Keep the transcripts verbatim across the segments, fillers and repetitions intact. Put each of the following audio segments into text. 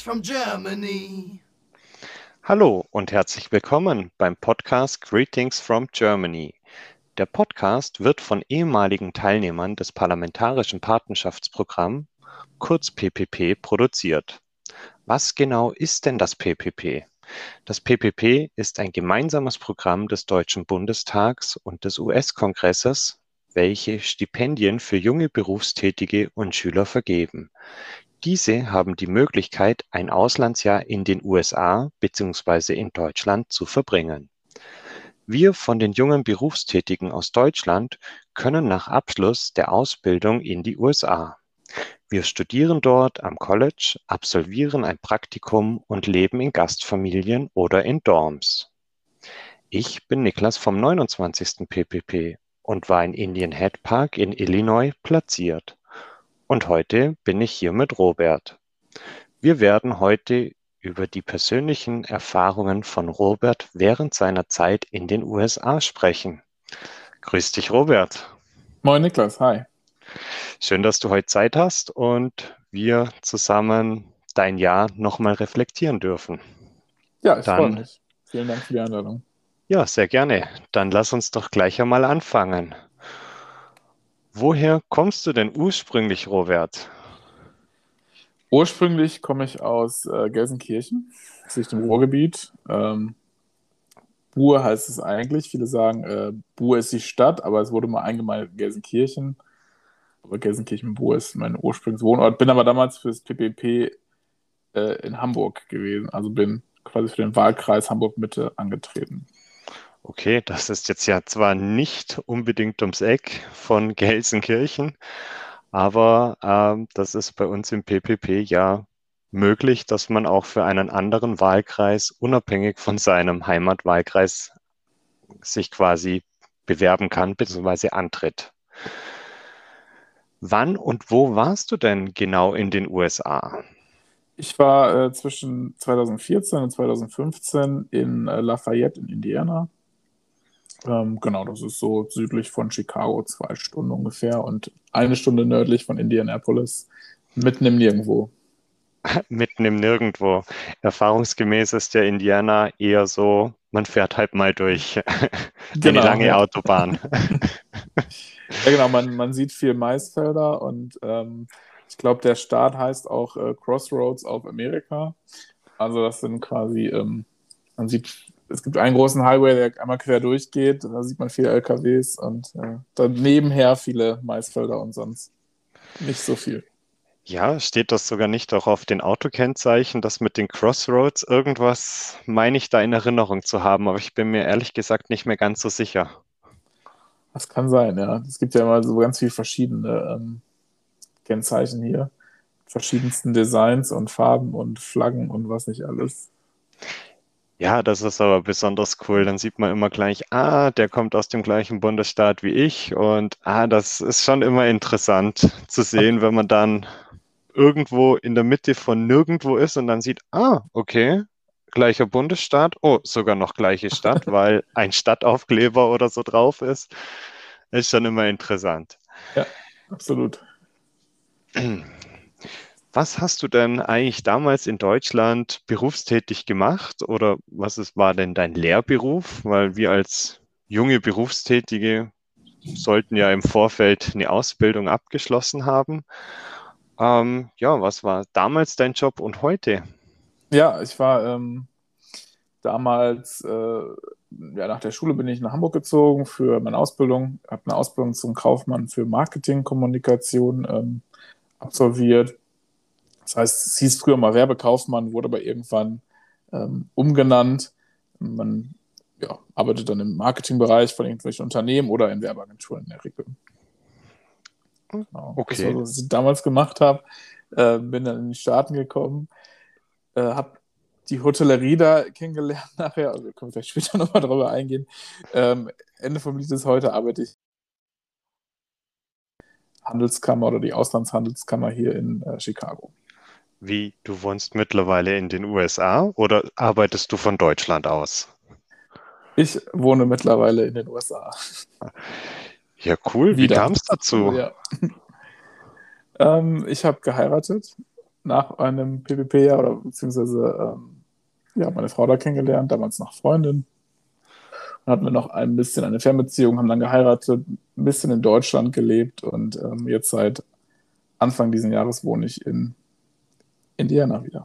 from Germany. Hallo und herzlich willkommen beim Podcast Greetings from Germany. Der Podcast wird von ehemaligen Teilnehmern des Parlamentarischen Patenschaftsprogramms, kurz P P P, produziert. Was genau ist denn das P P P? Das P P P ist ein gemeinsames Programm des Deutschen Bundestags und des U S-Kongresses, welche Stipendien für junge Berufstätige und Schüler vergeben. Diese haben die Möglichkeit, ein Auslandsjahr in den U S A bzw. in Deutschland zu verbringen. Wir von den jungen Berufstätigen aus Deutschland können nach Abschluss der Ausbildung in die U S A. Wir studieren dort am College, absolvieren ein Praktikum und leben in Gastfamilien oder in Dorms. Ich bin Niklas vom neunundzwanzigsten P P P und war in Indian Head Park in Illinois platziert. Und heute bin ich hier mit Robert. Wir werden heute über die persönlichen Erfahrungen von Robert während seiner Zeit in den U S A sprechen. Grüß dich, Robert. Moin, Niklas. Hi. Schön, dass du heute Zeit hast und wir zusammen dein Jahr nochmal reflektieren dürfen. Ja, ich freue Dann, mich. Vielen Dank für die Einladung. Ja, sehr gerne. Dann lass uns doch gleich einmal anfangen. Woher kommst du denn ursprünglich, Robert? Ursprünglich komme ich aus äh, Gelsenkirchen, das liegt im Ruhrgebiet. Ähm, Buhr heißt es eigentlich. Viele sagen, äh, Buhr ist die Stadt, aber es wurde mal eingemeindet Gelsenkirchen. Aber Gelsenkirchen-Buhr ist mein Ursprungswohnort. Bin aber damals fürs P P P äh, in Hamburg gewesen. Also bin quasi für den Wahlkreis Hamburg-Mitte angetreten. Okay, das ist jetzt ja zwar nicht unbedingt ums Eck von Gelsenkirchen, aber ähm, das ist bei uns im P P P ja möglich, dass man auch für einen anderen Wahlkreis unabhängig von seinem Heimatwahlkreis sich quasi bewerben kann bzw. antritt. Wann und wo warst du denn genau in den U S A? Ich war äh, zwischen zweitausendvierzehn und zweitausendfünfzehn in äh, Lafayette in Indiana. Ähm, genau, das ist so südlich von Chicago, zwei Stunden ungefähr und eine Stunde nördlich von Indianapolis, mitten im Nirgendwo. Mitten im Nirgendwo. Erfahrungsgemäß ist ja Indiana eher so, man fährt halt mal durch eine Genau, lange ja. Autobahn. Ja, genau, man, man sieht viel Maisfelder und ähm, ich glaube, der Staat heißt auch äh, Crossroads of America. Also das sind quasi, ähm, man sieht, es gibt einen großen Highway, der einmal quer durchgeht, da sieht man viele L K Ws und äh, dann nebenher viele Maisfelder und sonst nicht so viel. Ja, steht das sogar nicht auch auf den Autokennzeichen, das mit den Crossroads? Irgendwas meine ich da in Erinnerung zu haben, aber ich bin mir ehrlich gesagt nicht mehr ganz so sicher. Das kann sein, ja. Es gibt ja immer so ganz viele verschiedene ähm, Kennzeichen hier. Verschiedensten Designs und Farben und Flaggen und was nicht alles. Ja, das ist aber besonders cool. Dann sieht man immer gleich, ah, der kommt aus dem gleichen Bundesstaat wie ich. Und ah, das ist schon immer interessant zu sehen, wenn man dann irgendwo in der Mitte von nirgendwo ist und dann sieht, ah, okay, gleicher Bundesstaat, oh, sogar noch gleiche Stadt, weil ein Stadtaufkleber oder so drauf ist. Ist schon immer interessant. Ja, absolut. Was hast du denn eigentlich damals in Deutschland berufstätig gemacht oder was ist, war denn dein Lehrberuf? Weil wir als junge Berufstätige sollten ja im Vorfeld eine Ausbildung abgeschlossen haben. Ähm, ja, was war damals dein Job und heute? Ja, ich war ähm, damals, äh, ja, nach der Schule bin ich nach Hamburg gezogen für meine Ausbildung, habe eine Ausbildung zum Kaufmann für Marketingkommunikation ähm, absolviert. Das heißt, es hieß früher mal Werbekaufmann, wurde aber irgendwann ähm, umgenannt. Man ja, arbeitet dann im Marketingbereich von irgendwelchen Unternehmen oder in Werbeagenturen in der Regel. Genau. Das war Okay. so, was ich damals gemacht habe. Äh, bin dann in die Staaten gekommen, äh, habe die Hotellerie da kennengelernt nachher, also können wir vielleicht später nochmal drauf eingehen. Ähm, Ende vom Lied ist, heute arbeite ich Handelskammer oder die Auslandshandelskammer hier in äh, Chicago. Wie, du wohnst mittlerweile in den U S A oder arbeitest du von Deutschland aus? Ich wohne mittlerweile in den U S A. Ja, cool. Wie Wieder. kam es dazu? Ja. ähm, ich habe geheiratet nach einem P P P-Jahr oder beziehungsweise ähm, ja, meine Frau da kennengelernt, damals noch Freundin. Dann hatten wir noch ein bisschen eine Fernbeziehung, haben dann geheiratet, ein bisschen in Deutschland gelebt und ähm, jetzt seit Anfang dieses Jahres wohne ich in Indiana wieder.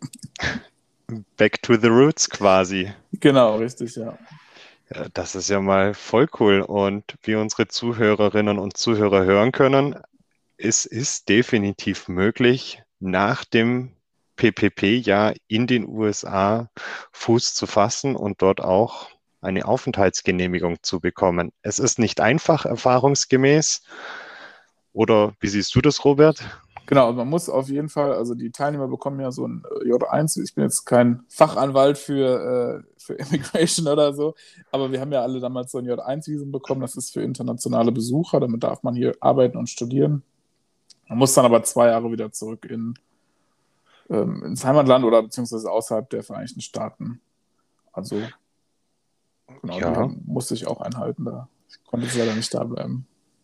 Back to the roots quasi. Genau, richtig, ja. Ja, das ist ja mal voll cool. Und wie unsere Zuhörerinnen und Zuhörer hören können, es ist definitiv möglich, nach dem P P P-Jahr in den U S A Fuß zu fassen und dort auch eine Aufenthaltsgenehmigung zu bekommen. Es ist nicht einfach, erfahrungsgemäß. Oder wie siehst du das, Robert? Genau, also man muss auf jeden Fall, also die Teilnehmer bekommen ja so ein äh, J eins. Ich bin jetzt kein Fachanwalt für, äh, für Immigration oder so, aber wir haben ja alle damals so ein J eins-Visum bekommen. Das ist für internationale Besucher. Damit darf man hier arbeiten und studieren. Man muss dann aber zwei Jahre wieder zurück in, ähm, ins Heimatland oder beziehungsweise außerhalb der Vereinigten Staaten. Also, genau, die Ja, haben, musste ich auch einhalten da. Ich konnte jetzt leider nicht da bleiben.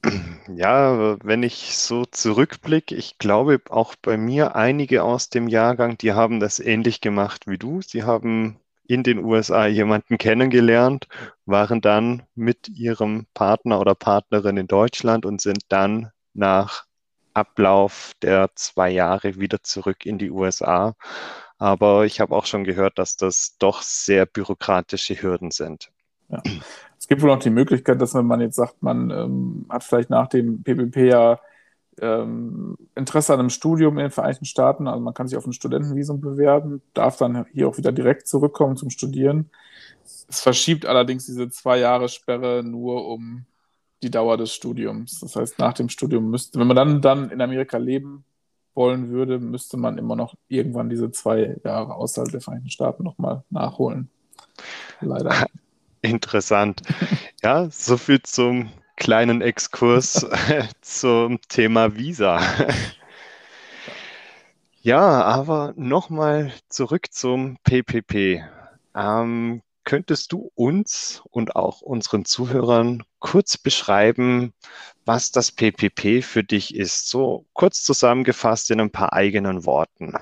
ja, wenn ich so zurückblicke, ich glaube auch bei mir einige aus dem Jahrgang, die haben das ähnlich gemacht wie du. Sie haben in den U S A jemanden kennengelernt, waren dann mit ihrem Partner oder Partnerin in Deutschland und sind dann nach Ablauf der zwei Jahre wieder zurück in die U S A. Aber ich habe auch schon gehört, dass das doch sehr bürokratische Hürden sind. Ja. Es gibt wohl noch die Möglichkeit, dass wenn man jetzt sagt, man ähm, hat vielleicht nach dem P P P ja ähm, Interesse an einem Studium in den Vereinigten Staaten, also man kann sich auf ein Studentenvisum bewerben, darf dann hier auch wieder direkt zurückkommen zum Studieren. Es verschiebt allerdings diese zwei Jahre Sperre nur um die Dauer des Studiums. Das heißt, nach dem Studium müsste, wenn man dann, dann in Amerika leben wollen würde, müsste man immer noch irgendwann diese zwei Jahre außerhalb der Vereinigten Staaten nochmal nachholen. Leider. Interessant. Ja, so viel zum kleinen Exkurs zum Thema Visa. Ja, aber nochmal zurück zum P P P. Ähm, könntest du uns und auch unseren Zuhörern kurz beschreiben, was das P P P für dich ist? So kurz zusammengefasst in ein paar eigenen Worten.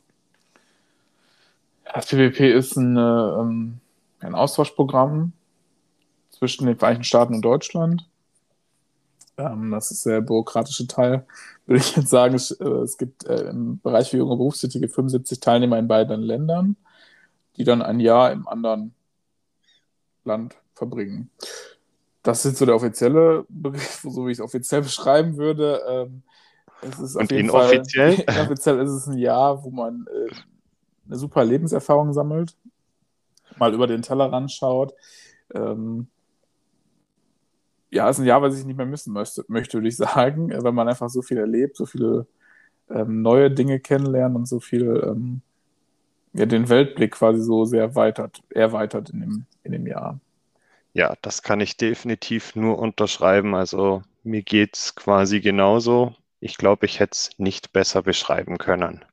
Das P P P ist ein, ähm, ein Austauschprogramm zwischen den Vereinigten Staaten und Deutschland. Ähm, das ist der bürokratische Teil, würde ich jetzt sagen. Es, äh, es gibt äh, im Bereich für junge Berufstätige fünfundsiebzig Teilnehmer in beiden Ländern, die dann ein Jahr im anderen Land verbringen. Das ist so der offizielle Begriff, so wie ich es offiziell beschreiben würde. Ähm, es ist auf Und jeden Fall, inoffiziell? inoffiziell ist es ein Jahr, wo man äh, eine super Lebenserfahrung sammelt, mal über den Tellerrand schaut. Ähm, ja, ist ein Jahr, was ich nicht mehr missen möchte, möchte, würde ich sagen, weil man einfach so viel erlebt, so viele ähm, neue Dinge kennenlernt und so viel ähm, ja, den Weltblick quasi so sehr erweitert, erweitert in dem, in dem Jahr. Ja, das kann ich definitiv nur unterschreiben. Also mir geht es quasi genauso. Ich glaube, ich hätte es nicht besser beschreiben können.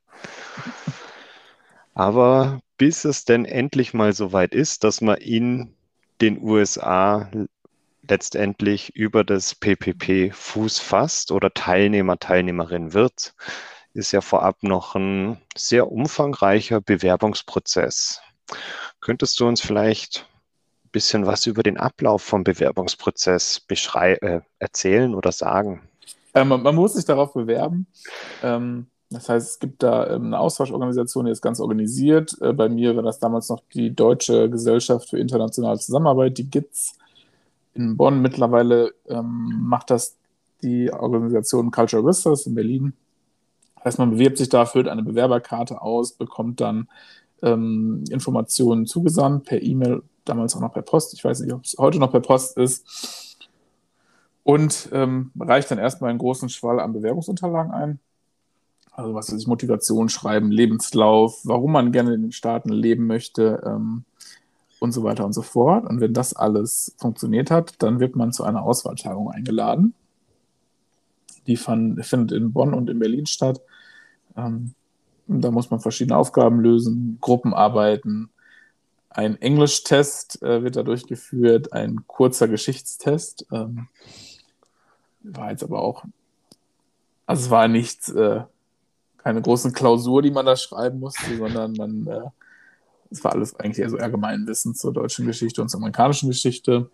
Aber bis es denn endlich mal so weit ist, dass man in den U S A letztendlich über das P P P Fuß fasst oder Teilnehmer, Teilnehmerin wird, ist ja vorab noch ein sehr umfangreicher Bewerbungsprozess. Könntest du uns vielleicht ein bisschen was über den Ablauf vom Bewerbungsprozess beschrei äh, erzählen oder sagen? Ähm, man, man muss sich darauf bewerben. Ähm, das heißt, es gibt da ähm, eine Austauschorganisation, die das Ganze organisiert. Äh, bei mir war das damals noch die Deutsche Gesellschaft für internationale Zusammenarbeit, die G I Z in Bonn. Mittlerweile ähm, macht das die Organisation Cultural Vistas in Berlin. Das heißt, man bewirbt sich da, füllt eine Bewerberkarte aus, bekommt dann ähm, Informationen zugesandt per E-Mail, damals auch noch per Post. Ich weiß nicht, ob es heute noch per Post ist. Und ähm, reicht dann erstmal einen großen Schwall an Bewerbungsunterlagen ein. Also was weiß ich, Motivation schreiben, Lebenslauf, warum man gerne in den Staaten leben möchte ähm, und so weiter und so fort. Und wenn das alles funktioniert hat, dann wird man zu einer Auswahltagung eingeladen. Die fand, findet in Bonn und in Berlin statt. Ähm, da muss man verschiedene Aufgaben lösen, Gruppen arbeiten. Ein Englischtest äh, wird da durchgeführt, ein kurzer Geschichtstest. Ähm, war jetzt aber auch, also es war nichts äh, keine großen Klausur, die man da schreiben musste, sondern man, äh, es war alles eigentlich eher so Allgemeinwissen zur deutschen Geschichte und zur amerikanischen Geschichte.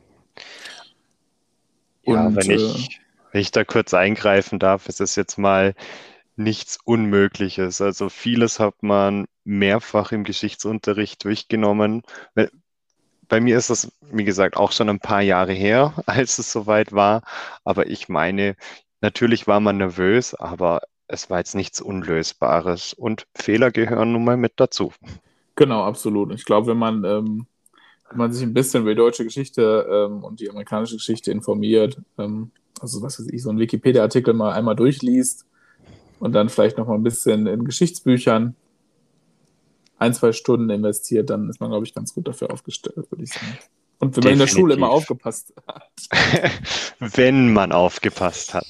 Ja, Und wenn äh, ich, wenn ich da kurz eingreifen darf, ist es jetzt mal nichts Unmögliches. Also vieles hat man mehrfach im Geschichtsunterricht durchgenommen. Weil Bei mir ist das, wie gesagt, auch schon ein paar Jahre her, als es soweit war. Aber ich meine, natürlich war man nervös, aber es war jetzt nichts Unlösbares. Und Fehler gehören nun mal mit dazu. genau, absolut. Ich glaube, wenn man, ähm, wenn man sich ein bisschen über die deutsche Geschichte ähm, und die amerikanische Geschichte informiert, ähm, also was weiß ich, so einen Wikipedia-Artikel mal einmal durchliest und dann vielleicht noch mal ein bisschen in Geschichtsbüchern ein, zwei Stunden investiert, dann ist man, glaube ich, ganz gut dafür aufgestellt, würde ich sagen. Und wenn man in der Schule immer Definitiv. aufgepasst hat. Wenn man aufgepasst hat.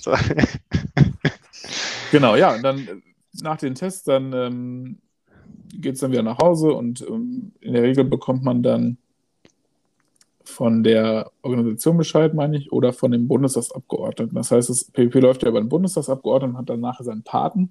Genau, ja, und dann äh, nach den Tests, dann ähm, geht es dann wieder nach Hause und ähm, in der Regel bekommt man dann von der Organisation Bescheid, meine ich, oder von dem Bundestagsabgeordneten. Das heißt, das P P P läuft ja über den Bundestagsabgeordneten und hat dann nachher seinen Paten.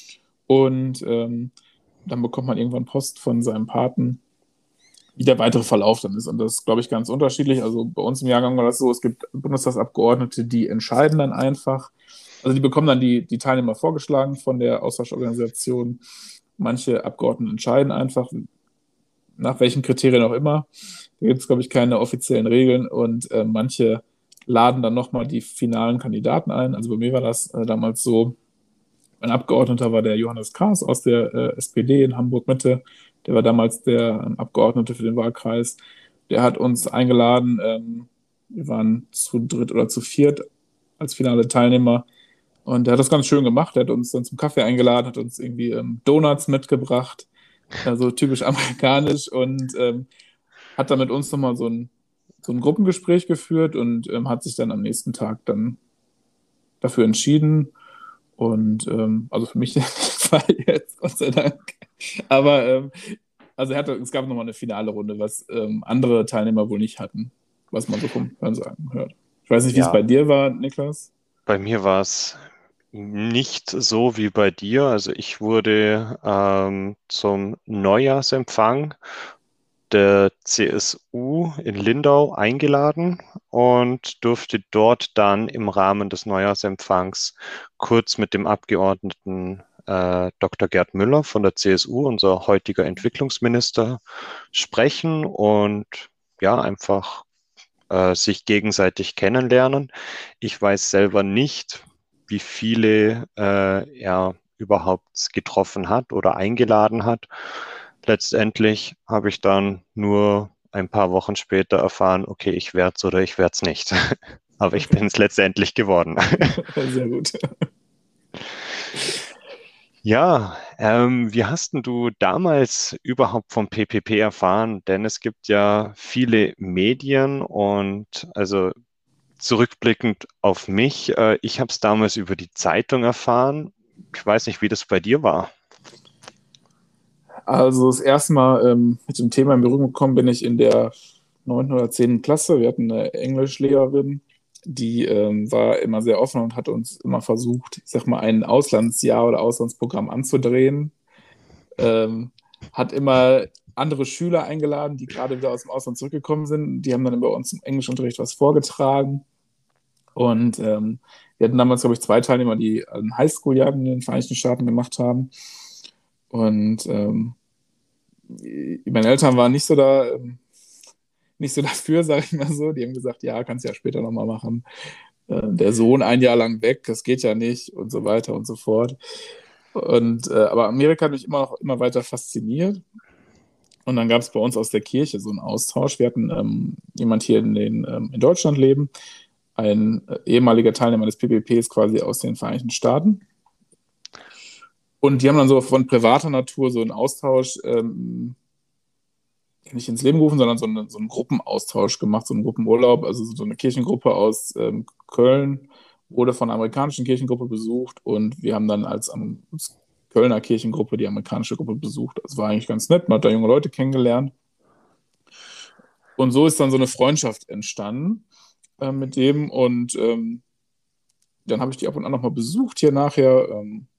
Und ähm, dann bekommt man irgendwann Post von seinem Paten, wie der weitere Verlauf dann ist. Und das ist, glaube ich, ganz unterschiedlich. Also bei uns im Jahrgang war das so, es gibt Bundestagsabgeordnete, die entscheiden dann einfach. Also die bekommen dann die, die Teilnehmer vorgeschlagen von der Austauschorganisation. Manche Abgeordneten entscheiden einfach, nach welchen Kriterien auch immer. Da gibt es, glaube ich, keine offiziellen Regeln. Und äh, manche laden dann nochmal die finalen Kandidaten ein. Also bei mir war das äh, damals so, ein Abgeordneter war der Johannes Kahrs aus der äh, S P D in Hamburg-Mitte. Der war damals der ähm, Abgeordnete für den Wahlkreis. Der hat uns eingeladen. Ähm, wir waren zu dritt oder zu viert als finale Teilnehmer. Und der hat das ganz schön gemacht. Er hat uns dann zum Kaffee eingeladen, hat uns irgendwie ähm, Donuts mitgebracht. Also typisch amerikanisch. Und ähm, hat dann mit uns nochmal so ein, so ein Gruppengespräch geführt und ähm, hat sich dann am nächsten Tag dann dafür entschieden. Und ähm, also für mich der Fall jetzt, Gott sei Dank. Aber ähm, also er hatte, es gab nochmal eine finale Runde, was ähm, andere Teilnehmer wohl nicht hatten, was man so vom Hörensagen hört. Ich weiß nicht, wie es Ja, bei dir war, Niklas. bei mir war es nicht so wie bei dir. Also ich wurde ähm, zum Neujahrsempfang der C S U in Lindau eingeladen und durfte dort dann im Rahmen des Neujahrsempfangs kurz mit dem Abgeordneten äh, Doktor Gerd Müller von der C S U, unser heutiger Entwicklungsminister, sprechen und ja, einfach äh, sich gegenseitig kennenlernen. Ich weiß selber nicht, wie viele äh, er überhaupt getroffen hat oder eingeladen hat. Letztendlich habe ich dann nur ein paar Wochen später erfahren, okay, ich werde es oder ich werde es nicht. Aber ich bin es letztendlich geworden. Sehr gut. Ja, ähm, wie hast denn du damals überhaupt vom P P P erfahren? Denn es gibt ja viele Medien und also zurückblickend auf mich, äh, ich habe es damals über die Zeitung erfahren. Ich weiß nicht, wie das bei dir war. Also das erste Mal ähm, mit dem Thema in Berührung gekommen bin ich in der neunten oder zehnten Klasse. Wir hatten eine Englischlehrerin, die ähm, war immer sehr offen und hat uns immer versucht, ich sag mal, ein Auslandsjahr oder Auslandsprogramm anzudrehen. Ähm, hat immer andere Schüler eingeladen, die gerade wieder aus dem Ausland zurückgekommen sind. Die haben dann bei uns im Englischunterricht was vorgetragen. Und ähm, wir hatten damals, glaube ich, zwei Teilnehmer, die ein Highschool-Jahr in den Vereinigten Staaten gemacht haben. Und ähm, meine Eltern waren nicht so da, ähm, nicht so dafür, sage ich mal so. Die haben gesagt, ja, kannst du ja später nochmal machen. Äh, der Sohn ein Jahr lang weg, das geht ja nicht und so weiter und so fort. Und, äh, aber Amerika hat mich immer noch immer weiter fasziniert. Und dann gab es bei uns aus der Kirche so einen Austausch. Wir hatten ähm, jemand hier in, den, ähm, in Deutschland leben, ein äh, ehemaliger Teilnehmer des P P Ps quasi aus den Vereinigten Staaten. Und die haben dann so von privater Natur so einen Austausch ähm, nicht ins Leben gerufen, sondern so, eine, so einen Gruppenaustausch gemacht, so einen Gruppenurlaub. Also so eine Kirchengruppe aus ähm, Köln wurde von einer amerikanischen Kirchengruppe besucht und wir haben dann als, als Kölner Kirchengruppe die amerikanische Gruppe besucht. Das war eigentlich ganz nett, man hat da junge Leute kennengelernt. Und so ist dann so eine Freundschaft entstanden äh, mit dem und ähm, dann habe ich die ab und an nochmal besucht hier nachher. Ähm,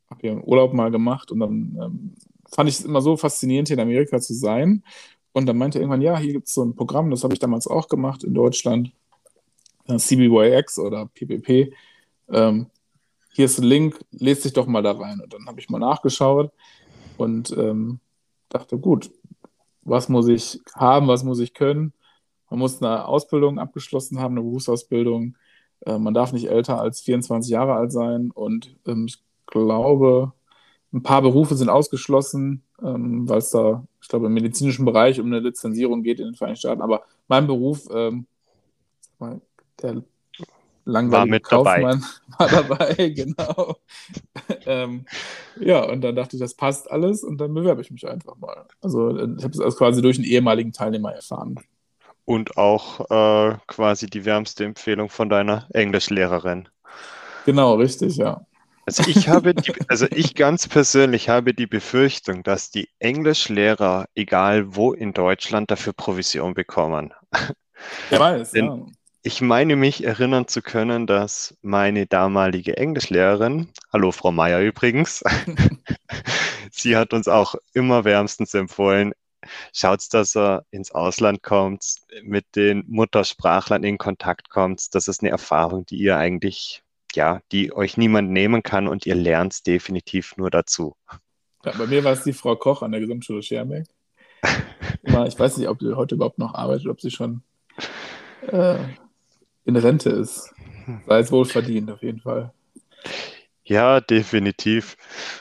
habe hier einen Urlaub mal gemacht und dann ähm, fand ich es immer so faszinierend, hier in Amerika zu sein. Und dann meinte er irgendwann, ja, hier gibt es so ein Programm, das habe ich damals auch gemacht in Deutschland, äh, C B Y X oder P P P. Ähm, Hier ist ein Link, lest dich doch mal da rein. Und dann habe ich mal nachgeschaut und ähm, dachte, gut, was muss ich haben, was muss ich können? Man muss eine Ausbildung abgeschlossen haben, eine Berufsausbildung. Äh, man darf nicht älter als vierundzwanzig Jahre alt sein und ähm, ich glaube, ein paar Berufe sind ausgeschlossen, ähm, weil es da, ich glaube, im medizinischen Bereich um eine Lizenzierung geht in den Vereinigten Staaten. Aber mein Beruf, ähm, der War langweilige mit dabei. Kaufmann war dabei, genau. ähm, ja, und dann dachte ich, das passt alles und dann bewerbe ich mich einfach mal. Also äh, ich habe es also quasi durch einen ehemaligen Teilnehmer erfahren. Und auch äh, quasi die wärmste Empfehlung von deiner Englischlehrerin. Genau, richtig, ja. Also ich habe die, also ich ganz persönlich habe die Befürchtung, dass die Englischlehrer, egal wo in Deutschland, dafür Provision bekommen. Wer weiß, Denn ja. ich meine mich erinnern zu können, dass meine damalige Englischlehrerin, hallo Frau Meier übrigens, sie hat uns auch immer wärmstens empfohlen, schaut, dass er ins Ausland kommt, mit den Muttersprachlern in Kontakt kommt. Das ist eine Erfahrung, die ihr eigentlich, ja, die euch niemand nehmen kann und ihr lernt definitiv nur dazu. Ja, bei mir war es die Frau Koch an der Gesamtschule Schermbeck. Immer, ich weiß nicht, ob sie heute überhaupt noch arbeitet, ob sie schon äh, in Rente ist. Sei es wohl verdient, auf jeden Fall. Ja, definitiv.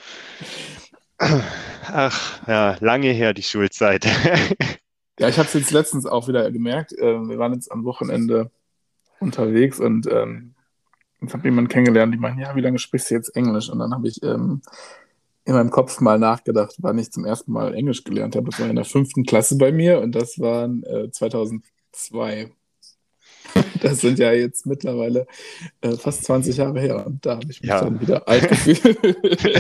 Ach, ja, lange her die Schulzeit. Ja, ich habe es jetzt letztens auch wieder gemerkt. Äh, wir waren jetzt am Wochenende unterwegs und ähm, ich habe jemanden kennengelernt, die meinen, ja, wie lange sprichst du jetzt Englisch? Und dann habe ich ähm, in meinem Kopf mal nachgedacht, wann ich zum ersten Mal Englisch gelernt habe. Das war in der fünften Klasse bei mir und das waren äh, zweitausendzwei. Das sind ja jetzt mittlerweile äh, fast zwanzig Jahre her und da habe ich mich Ja, dann wieder alt gefühlt.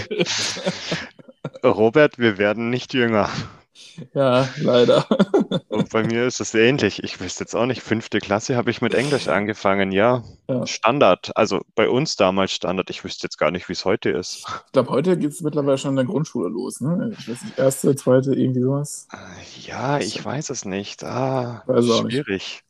Robert, wir werden nicht jünger. Ja, leider. Und bei mir ist es ähnlich. Ich wüsste jetzt auch nicht, fünfte Klasse habe ich mit Englisch angefangen. Ja, Ja. Standard. Also bei uns damals Standard. Ich wüsste jetzt gar nicht, wie es heute ist. Ich glaube, heute geht es mittlerweile schon in der Grundschule los. Ne? Ich weiß nicht, erste, zweite, irgendwie sowas. Äh, Ja, Ich ich weiß es nicht. Ah, weiß auch nicht. schwierig.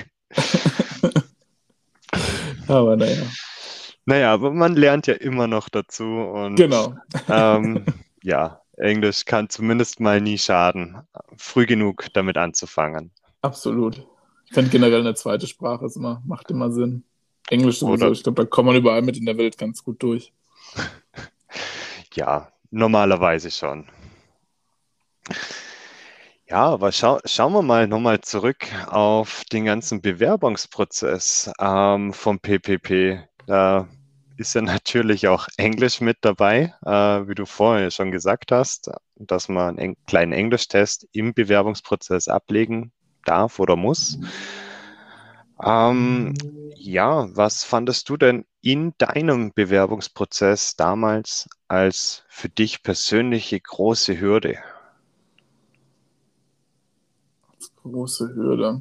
Aber naja, Naja, aber man lernt ja immer noch dazu und genau, ähm, ja, Englisch kann zumindest mal nie schaden, früh genug damit anzufangen. absolut. Ich finde generell eine zweite Sprache ist immer, macht immer Sinn. Englisch sowieso, Oder ich glaube, da kommt man überall mit in der Welt ganz gut durch. ja, normalerweise schon. Ja, aber schau, schauen wir mal nochmal zurück auf den ganzen Bewerbungsprozess ähm, vom P P P. Da ist ja natürlich auch Englisch mit dabei, äh, wie du vorher schon gesagt hast, dass man einen eng kleinen Englischtest im Bewerbungsprozess ablegen darf oder muss. Ähm, ja, was fandest du denn in deinem Bewerbungsprozess damals als für dich persönliche große Hürde? Große Hürde.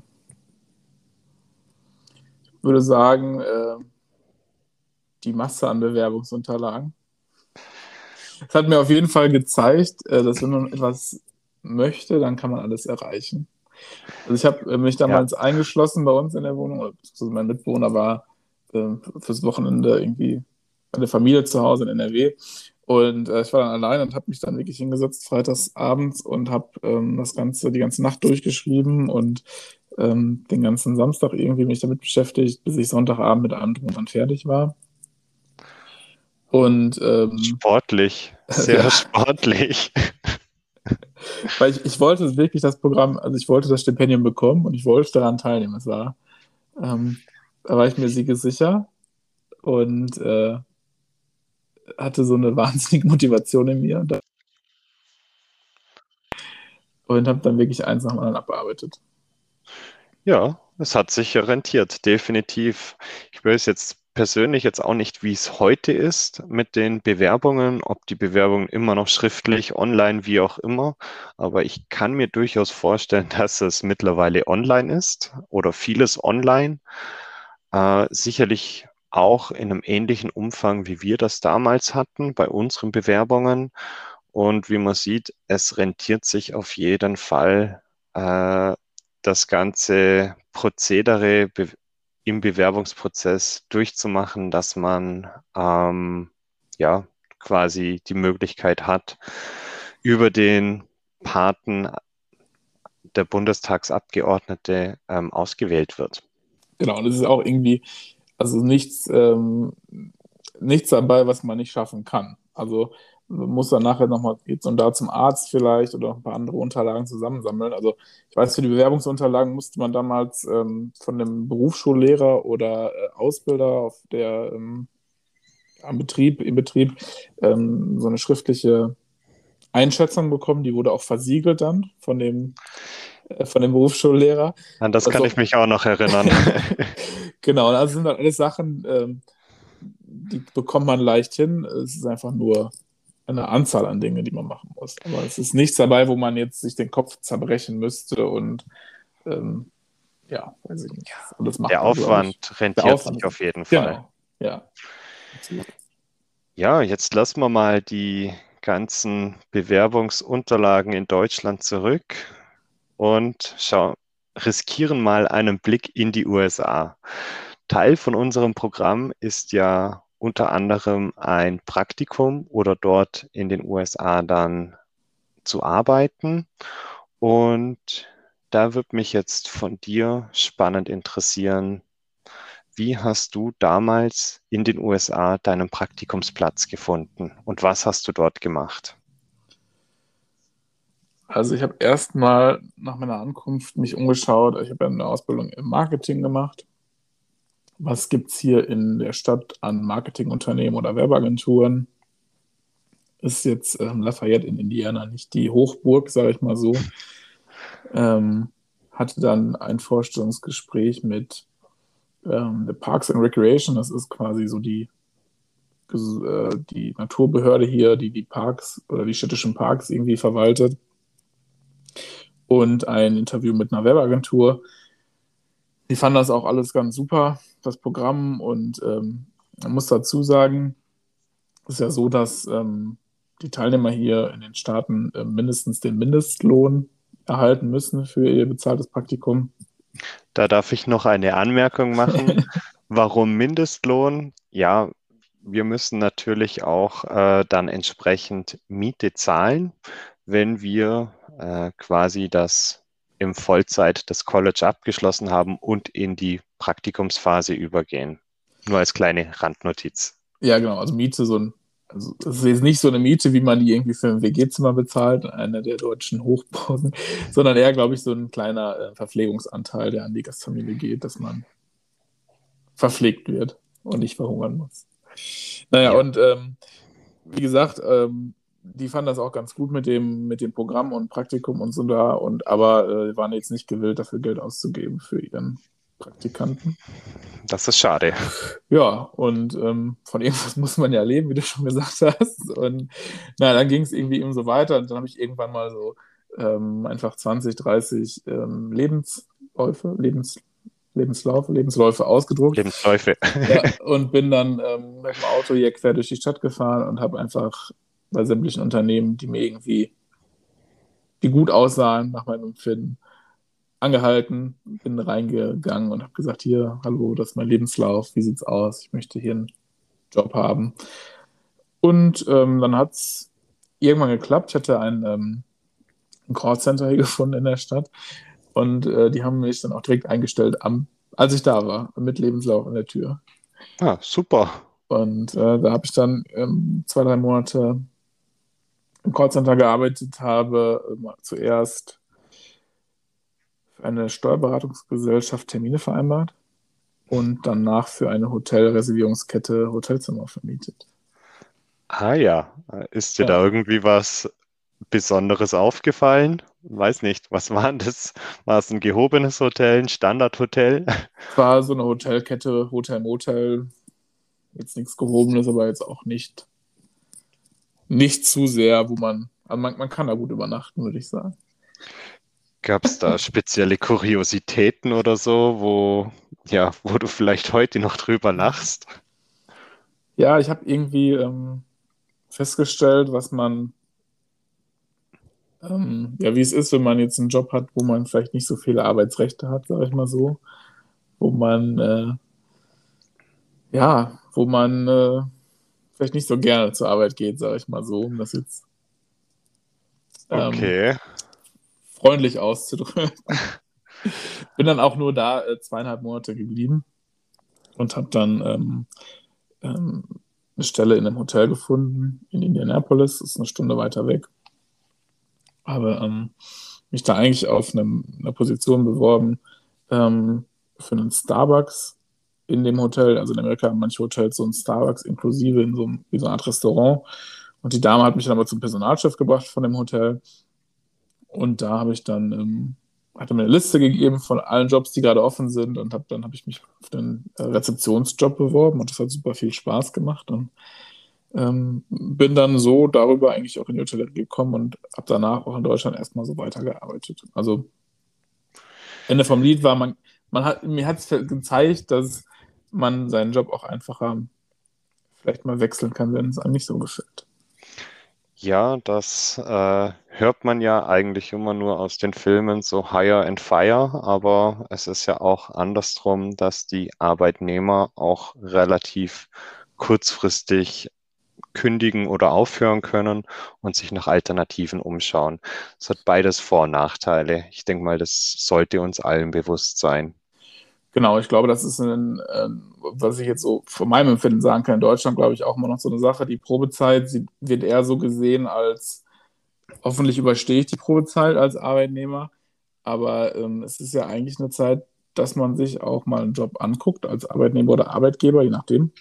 Ich würde sagen, äh, die Masse an Bewerbungsunterlagen. Es hat mir auf jeden Fall gezeigt, äh, dass wenn man etwas möchte, dann kann man alles erreichen. Also ich habe äh, mich Ja, damals eingeschlossen bei uns in der Wohnung, oder beziehungsweise mein Mitbewohner war äh, fürs Wochenende irgendwie bei der Familie zu Hause in N R W. Und äh, ich war dann allein und habe mich dann wirklich hingesetzt, freitags abends und habe ähm, das Ganze, die ganze Nacht durchgeschrieben und ähm, den ganzen Samstag irgendwie mich damit beschäftigt, bis ich Sonntagabend mit allem drum und dran fertig war. Und ähm, sportlich, ja, sehr sportlich. weil ich, ich wollte wirklich das Programm, also ich wollte das Stipendium bekommen und ich wollte daran teilnehmen. Es war, ähm, da war ich mir sicher und äh, hatte so eine wahnsinnige Motivation in mir und, und habe dann wirklich eins nach dem anderen abgearbeitet. Ja, es hat sich ja rentiert, definitiv. Ich weiß jetzt persönlich jetzt auch nicht, wie es heute ist mit den Bewerbungen, ob die Bewerbungen immer noch schriftlich, online, wie auch immer. Aber ich kann mir durchaus vorstellen, dass es mittlerweile online ist oder vieles online. Äh, sicherlich auch in einem ähnlichen Umfang, wie wir das damals hatten bei unseren Bewerbungen. Und wie man sieht, es rentiert sich auf jeden Fall, äh, das ganze Prozedere be im Bewerbungsprozess durchzumachen, dass man ähm, ja quasi die Möglichkeit hat, über den Paten der Bundestagsabgeordnete ähm, ausgewählt wird. Genau, und es ist auch irgendwie, also nichts, ähm, nichts dabei, was man nicht schaffen kann. Also man muss dann nachher nochmal jetzt und da zum Arzt vielleicht oder noch ein paar andere Unterlagen zusammensammeln. Also ich weiß, für die Bewerbungsunterlagen musste man damals ähm, von einem Berufsschullehrer oder äh, Ausbilder auf der ähm, am Betrieb, im Betrieb ähm, so eine schriftliche Einschätzung bekommen. Die wurde auch versiegelt dann von dem, äh, von dem Berufsschullehrer. An das kann Also ich mich auch noch erinnern. genau, also sind dann alles Sachen, ähm, die bekommt man leicht hin. Es ist einfach nur eine Anzahl an Dingen, die man machen muss. Aber es ist nichts dabei, wo man jetzt sich den Kopf zerbrechen müsste und ähm, ja, weiß ich nicht, das alles Der machbar, glaube ich. Aufwand Der rentiert Aufwand sich ist, auf jeden Fall. genau, ja, absolut. Ja, jetzt lassen wir mal die ganzen Bewerbungsunterlagen in Deutschland zurück und schau, riskieren mal einen Blick in die U S A. Teil von unserem Programm ist ja unter anderem ein Praktikum oder dort in den U S A dann zu arbeiten. Und da würde mich jetzt von dir spannend interessieren, wie hast du damals in den U S A deinen Praktikumsplatz gefunden und was hast du dort gemacht? Also ich habe erstmal nach meiner Ankunft mich umgeschaut. Ich habe ja eine Ausbildung im Marketing gemacht. Was gibt es hier in der Stadt an Marketingunternehmen oder Werbeagenturen? Ist jetzt ähm, Lafayette in Indiana nicht die Hochburg, sage ich mal so. Ähm, hatte dann ein Vorstellungsgespräch mit ähm, der Parks and Recreation. Das ist quasi so die, äh, die Naturbehörde hier, die die Parks oder die städtischen Parks irgendwie verwaltet. Und ein Interview mit einer Werbeagentur. Die fanden das auch alles ganz super, das Programm. Und ähm, man muss dazu sagen, es ist ja so, dass ähm, die Teilnehmer hier in den Staaten äh, mindestens den Mindestlohn erhalten müssen für ihr bezahltes Praktikum. Da darf ich noch eine Anmerkung machen. Warum Mindestlohn? Ja, wir müssen natürlich auch äh, dann entsprechend Miete zahlen, wenn wir äh, quasi das im Vollzeit das College abgeschlossen haben und in die Praktikumsphase übergehen. Nur als kleine Randnotiz. Ja, genau, also Miete, so ein, also es ist jetzt nicht so eine Miete, wie man die irgendwie für ein W G-Zimmer bezahlt, einer der deutschen Hochburgen, sondern eher, glaube ich, so ein kleiner äh, Verpflegungsanteil, der an die Gastfamilie geht, dass man verpflegt wird und nicht verhungern muss. Naja, Ja, und ähm, wie gesagt, ähm, die fanden das auch ganz gut mit dem, mit dem Programm und Praktikum und so da, und aber äh, waren jetzt nicht gewillt, dafür Geld auszugeben für ihren Praktikanten. das ist schade. Ja, und ähm, von irgendwas muss man ja leben, wie du schon gesagt hast. Und na, dann ging es irgendwie eben so weiter. Und dann habe ich irgendwann mal so ähm, einfach zwanzig, dreißig ähm, Lebensläufe, Lebens, Lebenslaufe, Lebensläufe ausgedruckt. Lebensläufe. Ja, und bin dann ähm, mit dem Auto hier quer durch die Stadt gefahren und habe einfach bei sämtlichen Unternehmen, die mir irgendwie, die gut aussahen, nach meinem Empfinden, angehalten, bin reingegangen und habe gesagt, hier, hallo, das ist mein Lebenslauf, wie sieht's aus? Ich möchte hier einen Job haben. Und ähm, dann hat es irgendwann geklappt. Ich hatte ein, ähm, ein Callcenter hier gefunden in der Stadt und äh, die haben mich dann auch direkt eingestellt, am, als ich da war, mit Lebenslauf an der Tür. Ah, super. Und äh, da habe ich dann ähm, zwei, drei Monate im Callcenter gearbeitet, habe äh, zuerst für eine Steuerberatungsgesellschaft Termine vereinbart und danach für eine Hotelreservierungskette Hotelzimmer vermietet. Ah ja, ist dir Ja, da irgendwie was Besonderes aufgefallen? Weiß nicht, was war denn das? War es ein gehobenes Hotel, ein Standardhotel? es war so eine Hotelkette, Hotel Motel, jetzt nichts Gehobenes, aber jetzt auch nicht, nicht zu sehr, wo man, also man, man kann da gut übernachten, würde ich sagen. Gab es da spezielle Kuriositäten oder so, wo, ja, wo du vielleicht heute noch drüber lachst? Ja, ich habe irgendwie ähm, festgestellt, was man, ähm, ja, wie es ist, wenn man jetzt einen Job hat, wo man vielleicht nicht so viele Arbeitsrechte hat, sage ich mal so, wo man, äh, ja, wo man äh, vielleicht nicht so gerne zur Arbeit geht, sage ich mal so, um das jetzt ähm, Okay. freundlich auszudrücken. Bin dann auch nur da äh, zweieinhalb Monate geblieben und habe dann ähm, ähm, eine Stelle in einem Hotel gefunden in Indianapolis, das ist eine Stunde weiter weg. Habe ähm, mich da eigentlich auf einem, einer Position beworben ähm, für einen Starbucks in dem Hotel. Also in Amerika haben manche Hotels so einen Starbucks inklusive in so, einem, wie so eine Art Restaurant. Und die Dame hat mich dann aber zum Personalchef gebracht von dem Hotel. Und da habe ich dann, ähm, hatte mir eine Liste gegeben von allen Jobs, die gerade offen sind und hab, dann habe ich mich auf den äh, Rezeptionsjob beworben und das hat super viel Spaß gemacht und ähm, bin dann so darüber eigentlich auch in die Hotellerie gekommen und habe danach auch in Deutschland erstmal so weitergearbeitet. Also Ende vom Lied war, man, man hat, mir hat es gezeigt, dass man seinen Job auch einfacher vielleicht mal wechseln kann, wenn es einem nicht so gefällt. Ja, das äh, hört man ja eigentlich immer nur aus den Filmen, so Hire and Fire, aber es ist ja auch andersrum, dass die Arbeitnehmer auch relativ kurzfristig kündigen oder aufhören können und sich nach Alternativen umschauen. Es hat beides Vor- und Nachteile. Ich denke mal, das sollte uns allen bewusst sein. Genau, ich glaube, das ist ein, äh, was ich jetzt so von meinem Empfinden sagen kann, in Deutschland, glaube ich, auch immer noch so eine Sache. Die Probezeit, sie wird eher so gesehen als, hoffentlich überstehe ich die Probezeit als Arbeitnehmer, aber ähm, es ist ja eigentlich eine Zeit, dass man sich auch mal einen Job anguckt als Arbeitnehmer oder Arbeitgeber, je nachdem.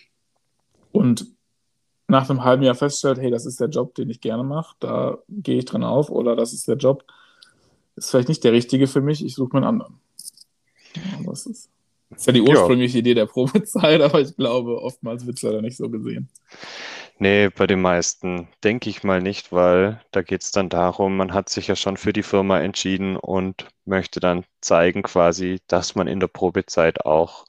Und nach einem halben Jahr feststellt, hey, das ist der Job, den ich gerne mache, da gehe ich drin auf, oder das ist der Job, ist vielleicht nicht der richtige für mich, ich suche mir einen anderen. Ja, das ist, das ist ja die Ja, ursprüngliche Idee der Probezeit, aber ich glaube, oftmals wird es leider nicht so gesehen. nee, bei den meisten denke ich mal nicht, weil da geht es dann darum, man hat sich ja schon für die Firma entschieden und möchte dann zeigen quasi, dass man in der Probezeit auch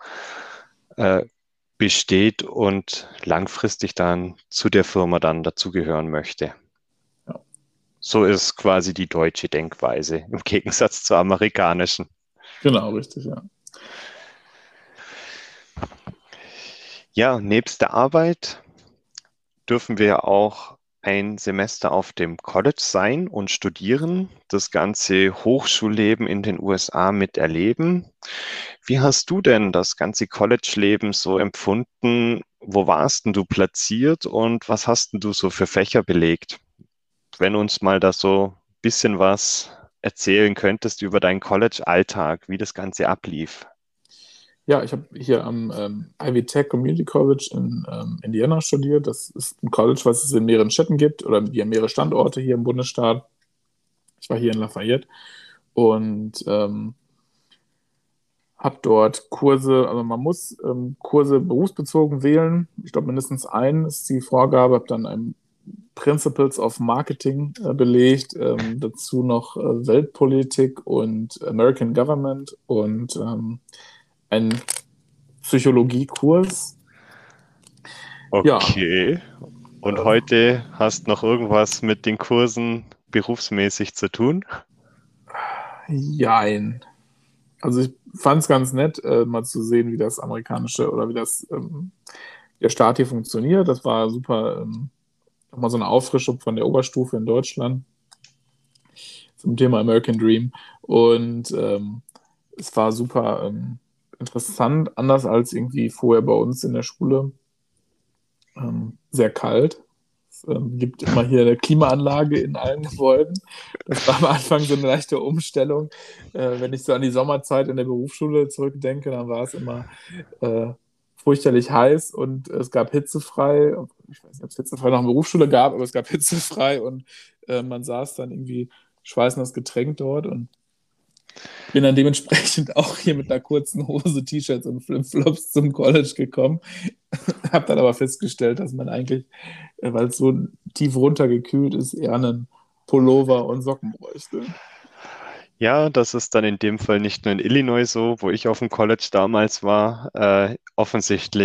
äh, besteht und langfristig dann zu der Firma dann dazugehören möchte. Ja, So ist quasi die deutsche Denkweise im Gegensatz zur amerikanischen. genau, richtig, ja. Ja, nebst der Arbeit dürfen wir auch ein Semester auf dem College sein und studieren, das ganze Hochschulleben in den U S A miterleben. Wie hast du denn das ganze College-Leben so empfunden? Wo warst denn du platziert und was hast denn du so für Fächer belegt? Wenn uns mal da so ein bisschen was erzählen könntest über deinen College-Alltag, wie das Ganze ablief. Ja, ich habe hier am ähm, Ivy Tech Community College in ähm, Indiana studiert. Das ist ein College, was es in mehreren Städten gibt oder wir haben mehrere Standorte hier im Bundesstaat. Ich war hier in Lafayette und ähm, habe dort Kurse, also man muss ähm, Kurse berufsbezogen wählen. Ich glaube, mindestens einen ist die Vorgabe. Habe dann ein Principles of Marketing äh, belegt, ähm, dazu noch äh, Weltpolitik und American Government und ähm, ein Psychologiekurs. Ja, Okay. Und äh, heute hast noch irgendwas mit den Kursen berufsmäßig zu tun? jein. Also ich fand es ganz nett, äh, mal zu sehen, wie das amerikanische oder wie das ähm, der Staat hier funktioniert. Das war super, ähm, nochmal so eine Auffrischung von der Oberstufe in Deutschland zum Thema American Dream. Und ähm, es war super ähm, interessant, anders als irgendwie vorher bei uns in der Schule. Ähm, sehr kalt. Es ähm, gibt immer hier eine Klimaanlage in allen Gebäuden. Das war am Anfang so eine leichte Umstellung. Äh, wenn ich so an die Sommerzeit in der Berufsschule zurückdenke, dann war es immer äh, fürchterlich heiß und es gab hitzefrei. Ich weiß nicht, ob es hitzefrei noch eine Berufsschule gab, aber es gab hitzefrei und äh, man saß dann irgendwie schweißendes Getränk dort und bin dann dementsprechend auch hier mit einer kurzen Hose, T-Shirts und Flipflops zum College gekommen. Habe dann aber festgestellt, dass man eigentlich, äh, weil es so tief runtergekühlt ist, eher einen Pullover und Socken bräuchte. Ja, das ist dann in dem Fall nicht nur in Illinois so, wo ich auf dem College damals war, äh, offensichtlich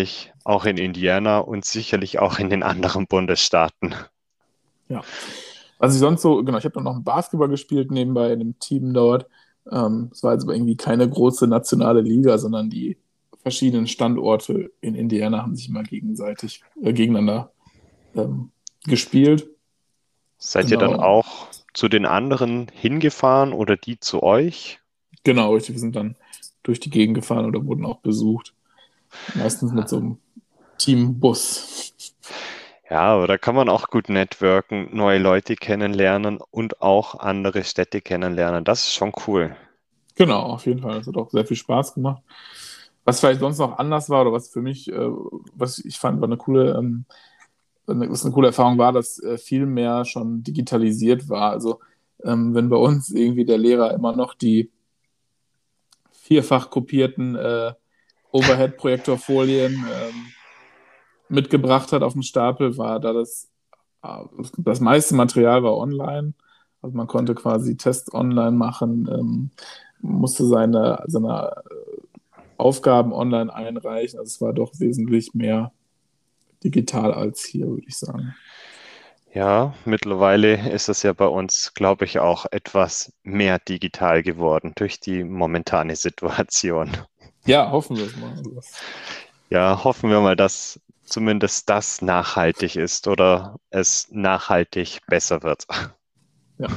auch in Indiana und sicherlich auch in den anderen Bundesstaaten. Ja. Was ich sonst so, genau, ich habe dann noch Basketball gespielt nebenbei in dem Team dort. Ähm, es war jetzt aber irgendwie keine große nationale Liga, sondern die verschiedenen Standorte in Indiana haben sich immer gegenseitig, äh, gegeneinander ähm, gespielt. Seid ihr dann Genau, auch zu den anderen hingefahren oder die zu euch? genau, richtig. Wir sind dann durch die Gegend gefahren oder wurden auch besucht. Meistens mit so einem Teambus. Ja, aber da kann man auch gut networken, neue Leute kennenlernen und auch andere Städte kennenlernen. Das ist schon cool. Genau, auf jeden Fall. Das hat auch sehr viel Spaß gemacht. Was vielleicht sonst noch anders war oder was für mich, äh, was ich fand, war eine coole, ähm, eine, was eine coole Erfahrung war, dass äh, viel mehr schon digitalisiert war. Also ähm, wenn bei uns irgendwie der Lehrer immer noch die vierfach kopierten äh, Overhead-Projektorfolien ähm, mitgebracht hat auf dem Stapel, war da das, äh, das meiste Material war online. Also man konnte quasi Tests online machen, ähm, musste seine, seine Aufgaben online einreichen. Also es war doch wesentlich mehr digital als hier, würde ich sagen. Ja, mittlerweile ist es ja bei uns, glaube ich, auch etwas mehr digital geworden durch die momentane Situation. Ja, hoffen wir es mal. Also das, Ja, hoffen wir mal, dass zumindest das nachhaltig ist oder es nachhaltig besser wird. ja.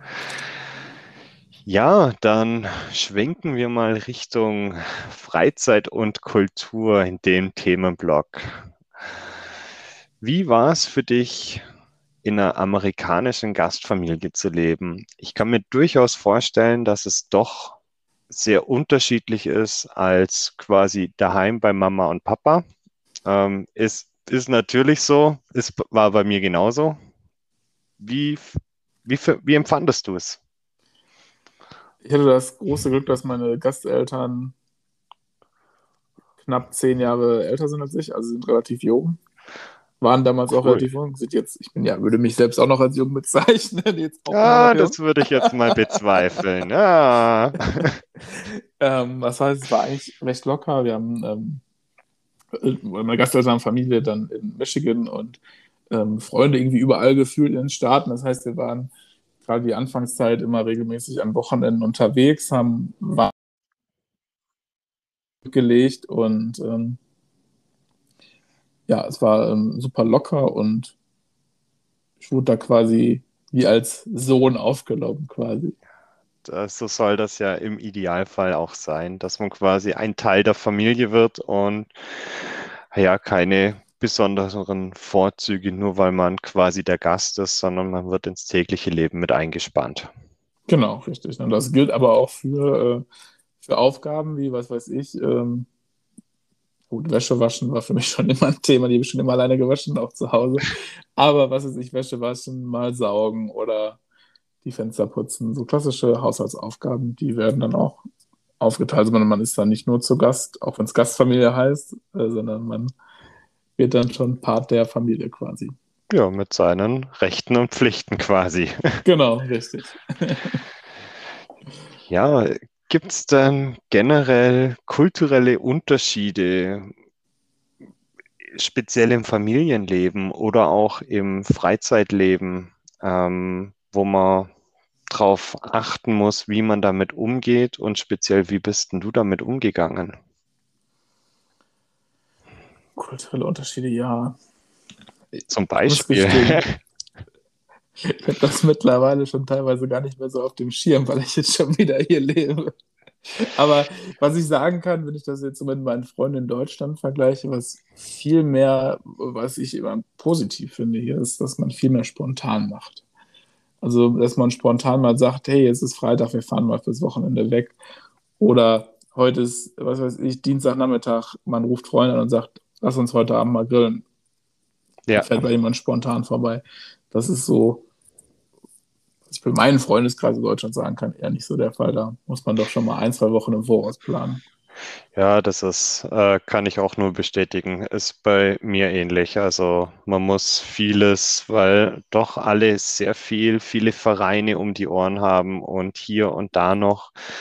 Ja, dann schwenken wir mal Richtung Freizeit und Kultur in dem Themenblock. Wie war es für dich, in einer amerikanischen Gastfamilie zu leben? Ich kann mir durchaus vorstellen, dass es doch sehr unterschiedlich ist als quasi daheim bei Mama und Papa. Ähm, ist, ist natürlich so, es war bei mir genauso. Wie, wie, wie empfandest du es? Ich hatte das große Glück, dass meine Gasteltern knapp zehn Jahre älter sind als ich, also sind relativ jung. Waren damals auch Cool. relativ jung. Sind jetzt, ich bin ja, würde mich selbst auch noch als jung bezeichnen, jetzt auch immer Ah, noch jung. das würde ich jetzt mal bezweifeln. Ja. Ähm, das heißt, es war eigentlich recht locker. Wir haben ähm, meine Gasteltern haben Familie dann in Michigan und ähm, Freunde irgendwie überall gefühlt in den Staaten. Das heißt, wir waren gerade die Anfangszeit immer regelmäßig an Wochenenden unterwegs, haben Waren gelegt und ähm, ja, es war ähm, super locker und ich wurde da quasi wie als Sohn aufgenommen quasi. Das, so soll das ja im Idealfall auch sein, dass man quasi ein Teil der Familie wird und ja, keine besonderen Vorzüge, nur weil man quasi der Gast ist, sondern man wird ins tägliche Leben mit eingespannt. Genau, richtig. Und das gilt aber auch für, äh, für Aufgaben wie, was weiß ich, ähm, gut, Wäsche waschen war für mich schon immer ein Thema, die habe ich schon immer alleine gewaschen, auch zu Hause. Aber was weiß ich, Wäsche waschen, mal saugen oder die Fenster putzen, so klassische Haushaltsaufgaben, die werden dann auch aufgeteilt. Also man, man ist dann nicht nur zu Gast, auch wenn es Gastfamilie heißt, äh, sondern man wird dann schon Part der Familie quasi. Ja, mit seinen Rechten und Pflichten quasi. Genau, richtig. Ja, gibt es denn generell kulturelle Unterschiede, speziell im Familienleben oder auch im Freizeitleben, ähm, wo man darauf achten muss, wie man damit umgeht und speziell, wie bist denn du damit umgegangen? Kulturelle Unterschiede, ja. Ich Zum muss Beispiel. gestehen, ich habe das mittlerweile schon teilweise gar nicht mehr so auf dem Schirm, weil ich jetzt schon wieder hier lebe. Aber was ich sagen kann, wenn ich das jetzt so mit meinen Freunden in Deutschland vergleiche, was viel mehr, was ich immer positiv finde hier, ist, dass man viel mehr spontan macht. Also, dass man spontan mal sagt, hey, jetzt ist Freitag, wir fahren mal fürs Wochenende weg. Oder heute ist, was weiß ich, Dienstagnachmittag, man ruft Freunde an und sagt, lass uns heute Abend mal grillen. Da Ja, fährt bei jemand spontan vorbei. Das ist so, was ich für meinen Freundeskreis in Deutschland sagen kann, eher nicht so der Fall. Da muss man doch schon mal ein, zwei Wochen im Voraus planen. ja, das ist, äh, kann ich auch nur bestätigen, ist bei mir ähnlich. Also man muss vieles, weil doch alle sehr viel, viele Vereine um die Ohren haben und hier und da noch.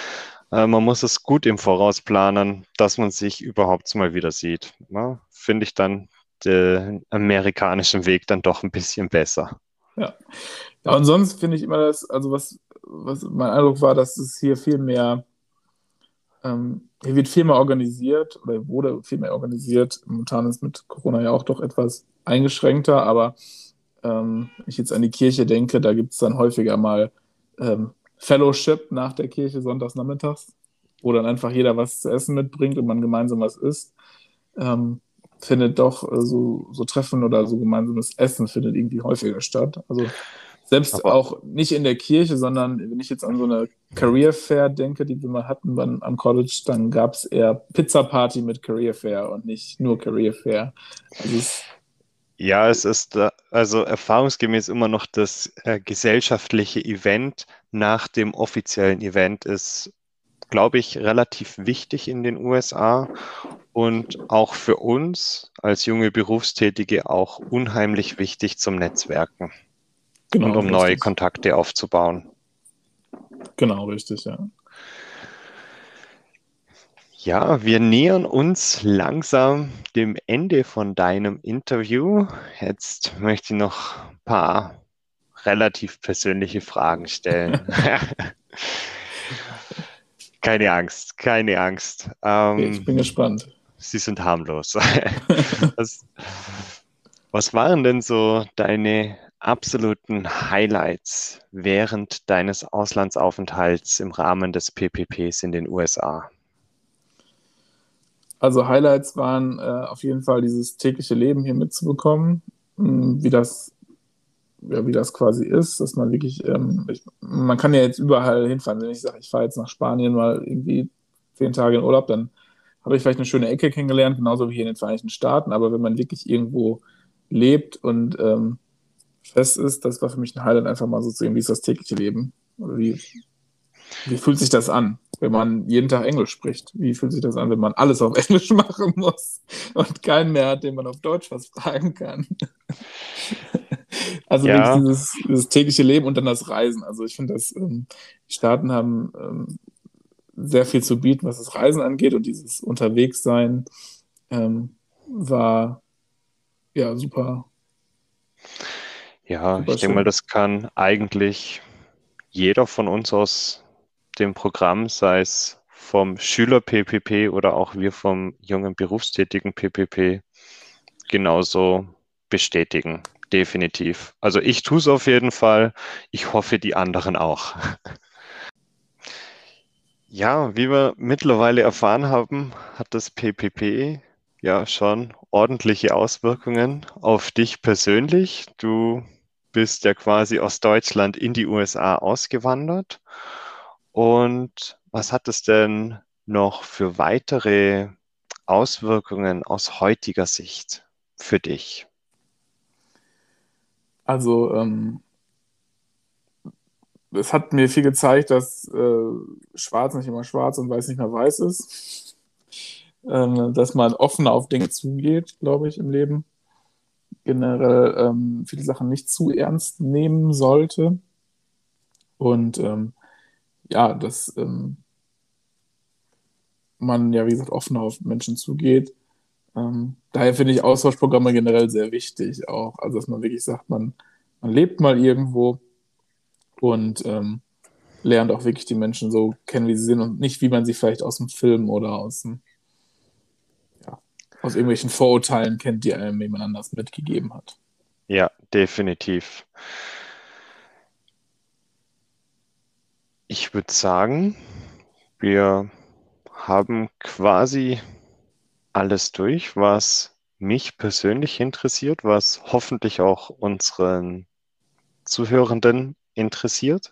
Äh, man muss es gut im Voraus planen, dass man sich überhaupt mal wieder sieht. Ne? Finde ich dann den amerikanischen Weg dann doch ein bisschen besser. Ja. Ja, und sonst finde ich immer das, also was, was mein Eindruck war, dass es hier viel mehr, ähm, hier wird viel mehr organisiert oder wurde viel mehr organisiert. Momentan ist mit Corona ja auch doch etwas eingeschränkter, aber ähm, wenn ich jetzt an die Kirche denke, da gibt es dann häufiger mal ähm, Fellowship nach der Kirche sonntags nachmittags, wo dann einfach jeder was zu essen mitbringt und man gemeinsam was isst. Ähm, findet doch äh, so, so Treffen oder so gemeinsames Essen findet irgendwie häufiger statt. Also selbst Aber auch nicht in der Kirche, sondern wenn ich jetzt an so eine Career Fair denke, die wir mal hatten beim, am College, dann gab es eher Pizza Party mit Career Fair und nicht nur Career Fair. Also es, ja, es ist äh, also erfahrungsgemäß immer noch das äh, gesellschaftliche Event nach dem offiziellen Event ist, glaube ich, relativ wichtig in den U S A und auch für uns als junge Berufstätige auch unheimlich wichtig zum Netzwerken und genau, um neue richtig. Kontakte aufzubauen. Genau, richtig, ja. Ja, wir nähern uns langsam dem Ende von deinem Interview. Jetzt möchte ich noch ein paar relativ persönliche Fragen stellen. Keine Angst, keine Angst. Okay, ich Ähm, bin gespannt. sie sind harmlos. Was, was waren denn so deine absoluten Highlights während deines Auslandsaufenthalts im Rahmen des P P Ps in den U S A? Also Highlights waren äh, auf jeden Fall dieses tägliche Leben hier mitzubekommen, mh, wie das, ja, wie das quasi ist, dass man wirklich, ähm, ich, man kann ja jetzt überall hinfahren. Wenn ich sage, ich fahre jetzt nach Spanien mal irgendwie zehn Tage in Urlaub, dann habe ich vielleicht eine schöne Ecke kennengelernt, genauso wie hier in den Vereinigten Staaten. Aber wenn man wirklich irgendwo lebt und ähm, fest ist, das war für mich ein Highlight, einfach mal so zu sehen, wie ist das tägliche Leben? Oder wie, wie fühlt sich das an, wenn man jeden Tag Englisch spricht? Wie fühlt sich das an, wenn man alles auf Englisch machen muss und keinen mehr hat, den man auf Deutsch was fragen kann? Also wirklich Ja, dieses, dieses tägliche Leben und dann das Reisen. Also ich finde, dass ähm, die Staaten haben ähm, sehr viel zu bieten, was das Reisen angeht, und dieses Unterwegssein ähm, war ja super, ja, super ich denke mal, schön. das kann eigentlich jeder von uns aus dem Programm, sei es vom Schüler-P P P oder auch wir vom jungen berufstätigen P P P, genauso bestätigen. Definitiv. Also ich tue es auf jeden Fall. Ich hoffe, die anderen auch. Ja, wie wir mittlerweile erfahren haben, hat das P P P ja schon ordentliche Auswirkungen auf dich persönlich. Du bist ja quasi aus Deutschland in die U S A ausgewandert. Und was hat es denn noch für weitere Auswirkungen aus heutiger Sicht für dich? Also ähm, es hat mir viel gezeigt, dass äh, schwarz nicht immer schwarz und weiß nicht mehr weiß ist. Ähm, dass man offener auf Dinge zugeht, glaube ich, im Leben. Generell ähm, viele Sachen nicht zu ernst nehmen sollte. Und ähm, ja, dass ähm, man ja, wie gesagt, offener auf Menschen zugeht. Ähm, daher finde ich Austauschprogramme generell sehr wichtig auch. Also, dass man wirklich sagt, man, man lebt mal irgendwo und ähm, lernt auch wirklich die Menschen so kennen, wie sie sind und nicht, wie man sie vielleicht aus dem Film oder aus, dem, ja, aus irgendwelchen Vorurteilen kennt, die einem jemand anders mitgegeben hat. Ja, definitiv. Ich würde sagen, wir haben quasi alles durch, was mich persönlich interessiert, was hoffentlich auch unseren Zuhörenden interessiert.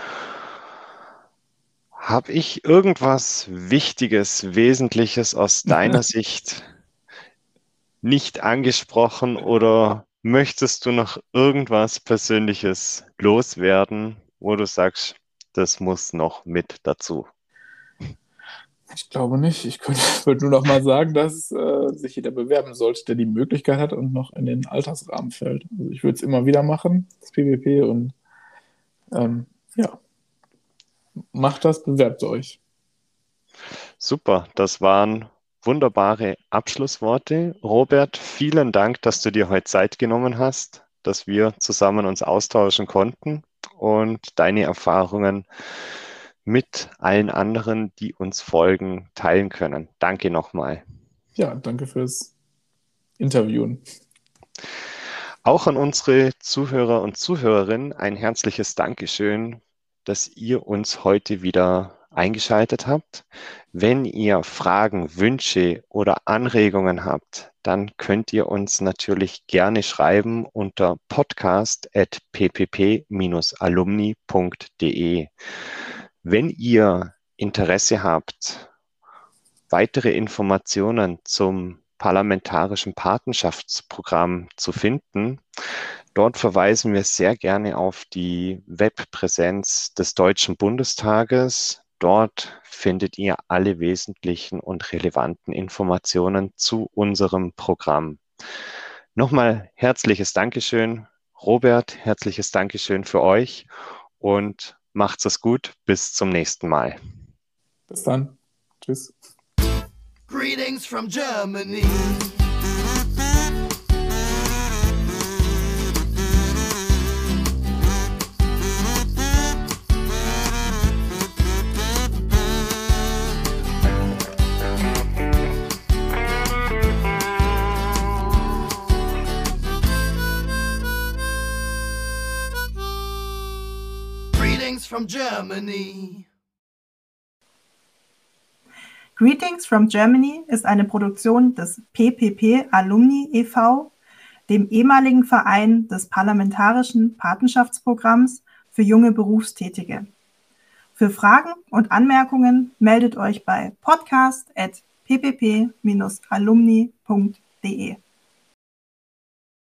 Habe ich irgendwas Wichtiges, Wesentliches aus deiner Sicht nicht angesprochen oder möchtest du noch irgendwas Persönliches loswerden, wo du sagst, das muss noch mit dazu? Ich glaube nicht. Ich könnte, würde nur noch mal sagen, dass äh, sich jeder bewerben sollte, der die Möglichkeit hat und noch in den Altersrahmen fällt. Also ich würde es immer wieder machen, das P W P, und ähm, ja, macht das, bewerbt euch. Super, das waren wunderbare Abschlussworte. Robert, vielen Dank, dass du dir heute Zeit genommen hast, dass wir zusammen uns austauschen konnten und deine Erfahrungen mit allen anderen, die uns folgen, teilen können. Danke nochmal. Ja, danke fürs Interviewen. Auch an unsere Zuhörer und Zuhörerinnen ein herzliches Dankeschön, dass ihr uns heute wieder eingeschaltet habt. Wenn ihr Fragen, Wünsche oder Anregungen habt, dann könnt ihr uns natürlich gerne schreiben unter podcast at p p p dash alumni punkt d e. Wenn ihr Interesse habt, weitere Informationen zum Parlamentarischen Patenschaftsprogramm zu finden, dort verweisen wir sehr gerne auf die Webpräsenz des Deutschen Bundestages. Dort findet ihr alle wesentlichen und relevanten Informationen zu unserem Programm. Nochmal herzliches Dankeschön, Robert, herzliches Dankeschön für euch und macht's es gut. Bis zum nächsten Mal. Bis dann. Tschüss. Greetings from Germany. Greetings from Germany. Greetings from Germany ist eine Produktion des P P P Alumni e V, dem ehemaligen Verein des Parlamentarischen Patenschaftsprogramms für junge Berufstätige. Für Fragen und Anmerkungen meldet euch bei podcast at p p p dash alumni punkt d e.